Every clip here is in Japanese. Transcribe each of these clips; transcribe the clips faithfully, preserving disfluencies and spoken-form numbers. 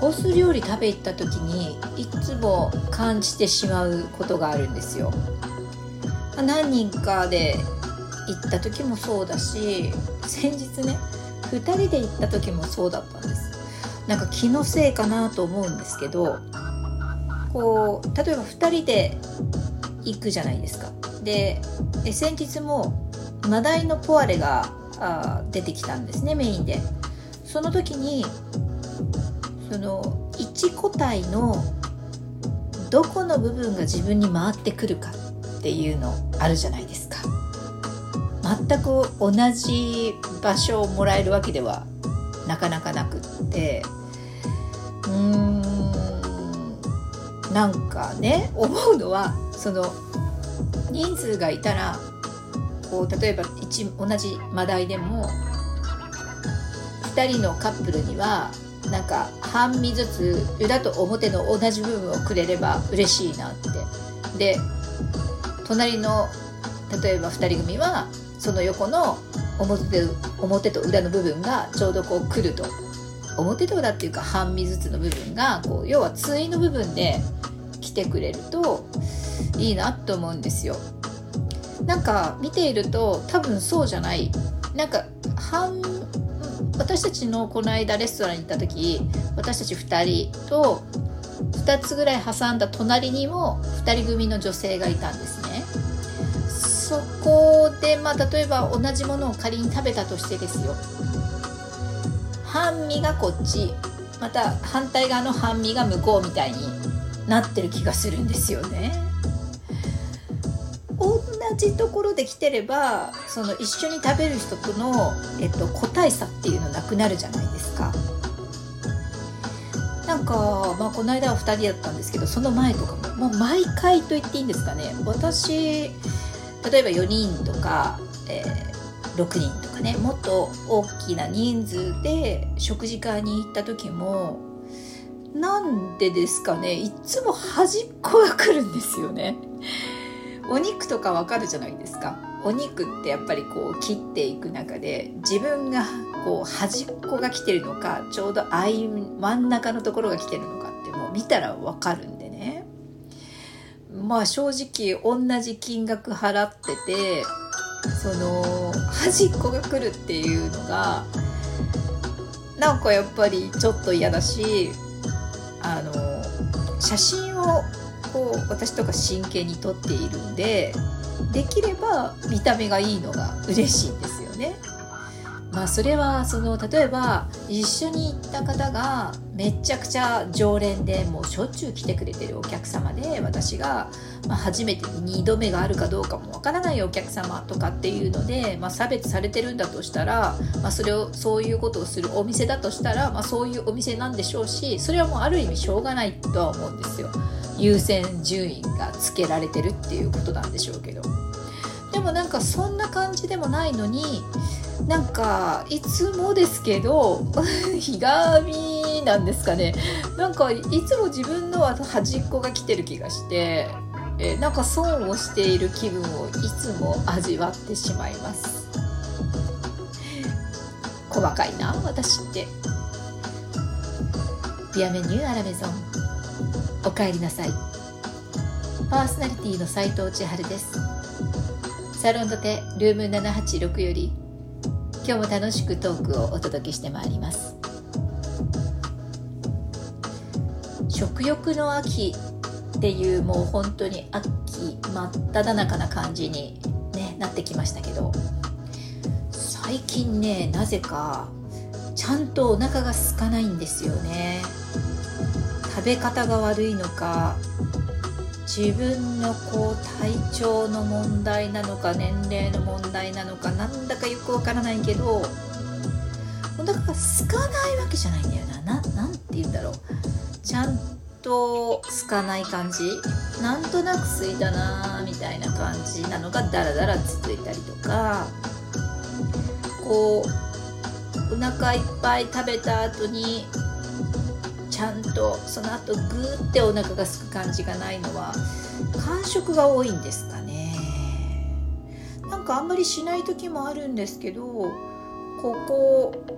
コース料理食べ行った時にいつも感じてしまうことがあるんですよ。何人かで行った時もそうだし、先日ねふたりで行った時もそうだったんです。なんか気のせいかなと思うんですけど、こう例えばふたりで行くじゃないですか。で先日もマダイのポワレがあ出てきたんですね、メインで。その時にそのいち個体のどこの部分が自分に回ってくるかっていうのあるじゃないですか。全く同じ場所をもらえるわけではなかなかなくって、うーんなんかね思うのは、その人数がいたらこう例えば一同じマダイでもふたりのカップルにはなんか半身ずつ裏と表の同じ部分をくれれば嬉しいなって。で隣の例えばふたり組はその横の 表, 表と裏の部分がちょうどこう来ると、表と裏っていうか半身ずつの部分がこう要は対の部分で来てくれるといいなと思うんですよ。なんか見ていると多分そうじゃない、なんか半私たちのこの間レストランに行った時、私たちふたりとふたつぐらい挟んだ隣にもふたり組の女性がいたんですね。そこで、まあ、例えば同じものを仮に食べたとしてですよ、半身がこっち、また反対側の半身が向こうみたいになってる気がするんですよね。同じところで来てればその一緒に食べる人との、えっと、個体差っていうのなくなるじゃないですか。なんか、まあ、この間はふたりだったんですけど、その前とかも、もう毎回と言っていいんですかね、私例えばよにんとか、えー、ろくにんとかね、もっと大きな人数で食事会に行った時もなんでですかね、いつも端っこが来るんですよね。お肉とかわかるじゃないですか。お肉ってやっぱりこう切っていく中で自分がこう端っこが来てるのか、ちょうど間真ん中のところが来てるのかってもう見たらわかるんでね。まあ正直同じ金額払ってて、その端っこが来るっていうのがなんかやっぱりちょっと嫌だし、あの写真をこう私とか真剣に撮っているんで、できれば見た目がいいのが嬉しいんですよね。まあそれはその例えば一緒に行った方がめちゃくちゃ常連でもうしょっちゅう来てくれてるお客様で、私がまあ初めてにどめがあるかどうかもわからないお客様とかっていうので、まあ、差別されてるんだとしたら、まあ、それをそういうことをするお店だとしたら、まあ、そういうお店なんでしょうし、それはもうある意味しょうがないとは思うんですよ。優先順位がつけられてるっていうことなんでしょうけど、でもなんかそんな感じでもないのに、なんかいつもですけどひがみなんですかね、なんかいつも自分の端っこが来てる気がして、えなんか損をしている気分をいつも味わってしまいます。細かいな私って。ビアメニューアラメゾン、お帰りなさい。パーソナリティの斉藤千春です。サロンドテルームななはちろくより今日も楽しくトークをお届けしてまいります。食欲の秋っていう、もう本当に秋真っ只中な感じに、ね、なってきましたけど、最近ね、なぜかちゃんとお腹が空かないんですよね。食べ方が悪いのか、自分のこう体調の問題なのか、年齢の問題なのか、なんだかよくわからないけど、お腹が空かないわけじゃないんだよな。な、なんて言うんだろう。ちゃんと空かない感じ。なんとなく空いたなみたいな感じなのがだらだら続いたりとか、こうお腹いっぱい食べた後にちゃんとその後グーってお腹が空く感じがないのは間食が多いんですかね。なんかあんまりしない時もあるんですけど、ここ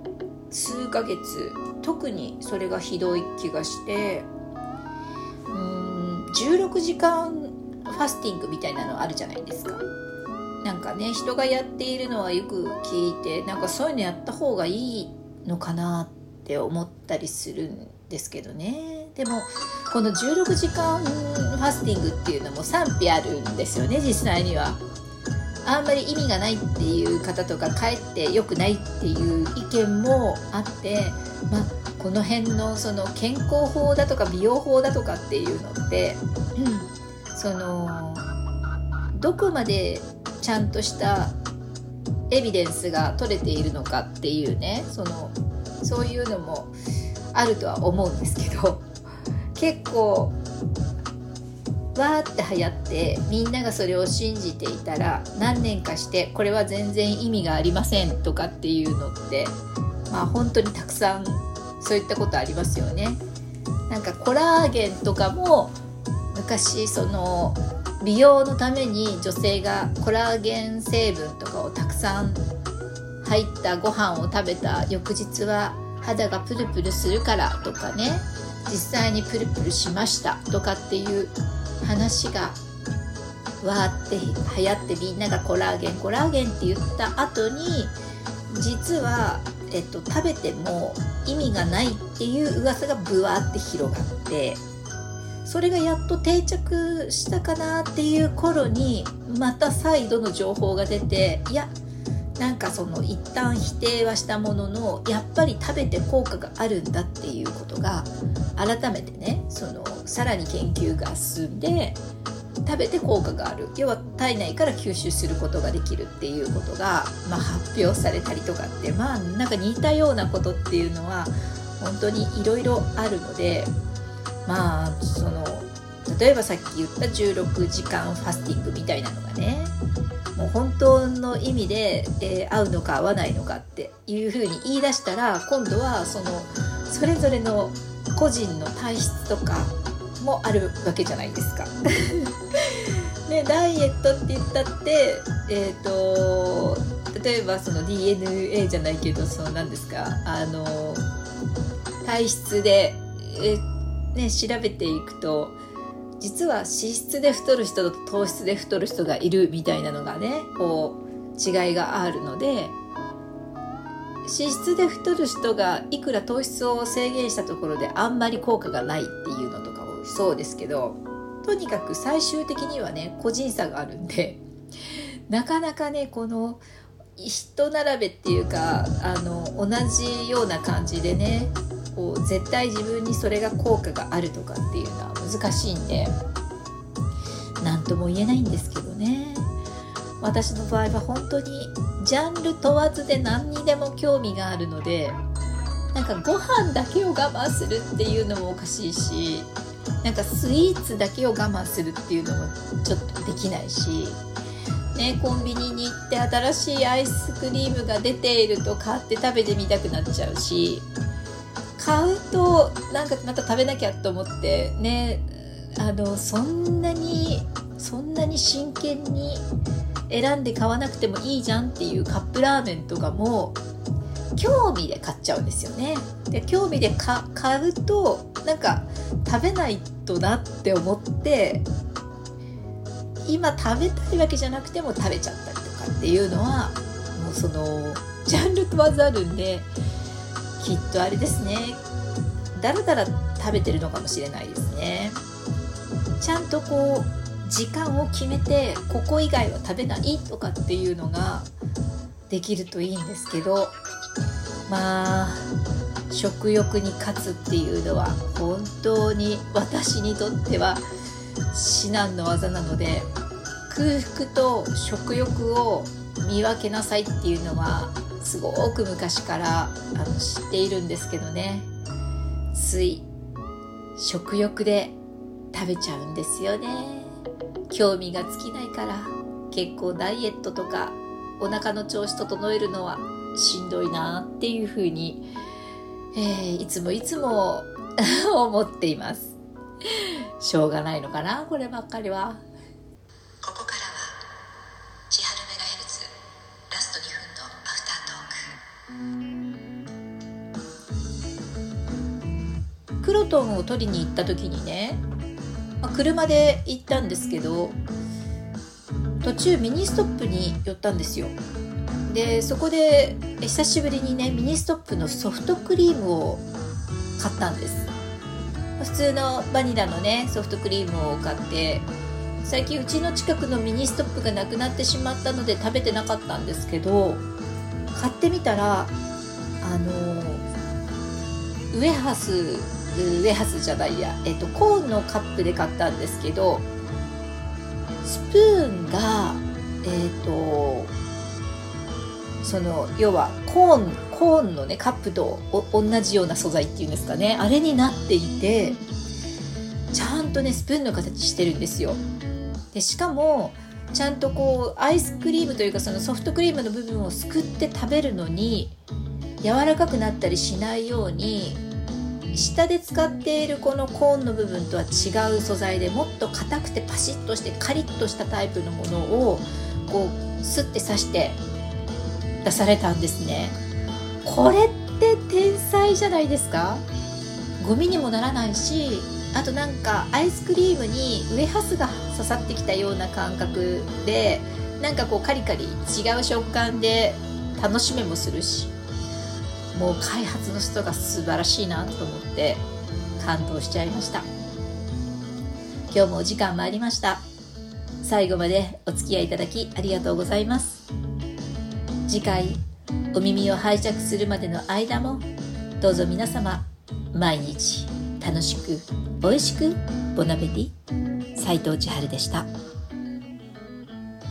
数ヶ月特にそれがひどい気がして、うーんじゅうろくじかんファスティングみたいなのあるじゃないですか。なんかね、人がやっているのはよく聞いて、なんかそういうのやった方がいいのかなって思ったりするんですけどね。でもこのじゅうろくじかんファスティングっていうのも賛否あるんですよね。実際にはあんまり意味がないっていう方とか、かえって良くないっていう意見もあって、まあこの辺のその健康法だとか美容法だとかっていうのって、うん、そのどこまでちゃんとしたエビデンスが取れているのかっていうね、そのそういうのもあるとは思うんですけど、結構わーって流行ってみんながそれを信じていたら、何年かしてこれは全然意味がありませんとかっていうのって、まあ本当にたくさんそういったことありますよね。なんかコラーゲンとかも昔その美容のために女性がコラーゲン成分とかをたくさん入ったご飯を食べた翌日は肌がプルプルするからとかね、実際にプルプルしましたとかっていう話がわーって流行って、みんながコラーゲンコラーゲンって言った後に、実は、えっと、食べても意味がないっていう噂がブワーって広がって、それがやっと定着したかなっていう頃にまた再度の情報が出て、いやなんかその一旦否定はしたものの、やっぱり食べて効果があるんだっていうことが改めてね、そのさらに研究が進んで、食べて効果がある、要は体内から吸収することができるっていうことが、まあ、発表されたりとかって、まあなんか似たようなことっていうのは本当にいろいろあるので、まあその例えばさっき言ったじゅうろくじかんファスティングみたいなのがね、もう本当の意味で、えー、合うのか合わないのかっていうふうに言い出したら、今度はそのそれぞれの個人の体質とかもあるわけじゃないですかね、ダイエットって言ったって、えーと、例えばその ディーエヌエー じゃないけど、その何ですか、あの体質で、えーね、調べていくと、実は脂質で太る人と糖質で太る人がいるみたいなのがね、こう違いがあるので、脂質で太る人がいくら糖質を制限したところであんまり効果がないっていうのとかもそうですけど、とにかく最終的にはね個人差があるんで、なかなかねこの人並べっていうか、あの同じような感じでね、こう絶対自分にそれが効果があるとかっていうのは難しいんで、何とも言えないんですけどね。私の場合は本当にジャンル問わずで何にでも興味があるので、なんかご飯だけを我慢するっていうのもおかしいし、なんかスイーツだけを我慢するっていうのもちょっとできないし、ね、コンビニに行って新しいアイスクリームが出ていると買って食べてみたくなっちゃうし、買うとなんかまた食べなきゃと思ってね、あのそんなにそんなに真剣に選んで買わなくてもいいじゃんっていうカップラーメンとかも興味で買っちゃうんですよね。で興味でか買うとなんか食べないとなって思って、今食べたいわけじゃなくても食べちゃったりとかっていうのはもうそのジャンル問わずあるんで、きっとあれですね、だらだら食べてるのかもしれないですね。ちゃんとこう時間を決めて、ここ以外は食べないとかっていうのができるといいんですけど、まあ食欲に勝つっていうのは本当に私にとっては至難の業なので、空腹と食欲を見分けなさいっていうのはすごく昔からあの知っているんですけどね、つい食欲で食べちゃうんですよね。興味が尽きないから、結構ダイエットとかお腹の調子整えるのはしんどいなっていうふうに、えー、いつもいつも思っています。しょうがないのかな、こればっかりは。 ここからは千春メガヘルツラストにふんのアフタートーク。 クロトンを取りに行った時にね、まあ、車で行ったんですけど、途中ミニストップに寄ったんですよ。でそこで久しぶりにねミニストップのソフトクリームを買ったんです。普通のバニラのねソフトクリームを買って、最近うちの近くのミニストップがなくなってしまったので食べてなかったんですけど、買ってみたらあのウエハスウエハスじゃないや、えっと、コーンのカップで買ったんですけど、スプーンがえっとその要はコーンコーンのねカップと同じような素材っていうんですかね、あれになっていて、ちゃんとねスプーンの形してるんですよ。でしかもちゃんとこうアイスクリームというかそのソフトクリームの部分をすくって食べるのに柔らかくなったりしないように、下で使っているこのコーンの部分とは違う素材でもっと硬くてパシッとしてカリッとしたタイプのものをこうスッて刺して出されたんですね。これって天才じゃないですか。ゴミにもならないし、あとなんかアイスクリームにウエハスが刺さってきたような感覚で、なんかこうカリカリ違う食感で楽しめもするし、もう開発の人が素晴らしいなと思って感動しちゃいました。今日もお時間もありました。最後までお付き合いいただきありがとうございます。次回お耳を拝借するまでの間もどうぞ皆様毎日楽しくおいしくボナペティ。斉藤千春でした。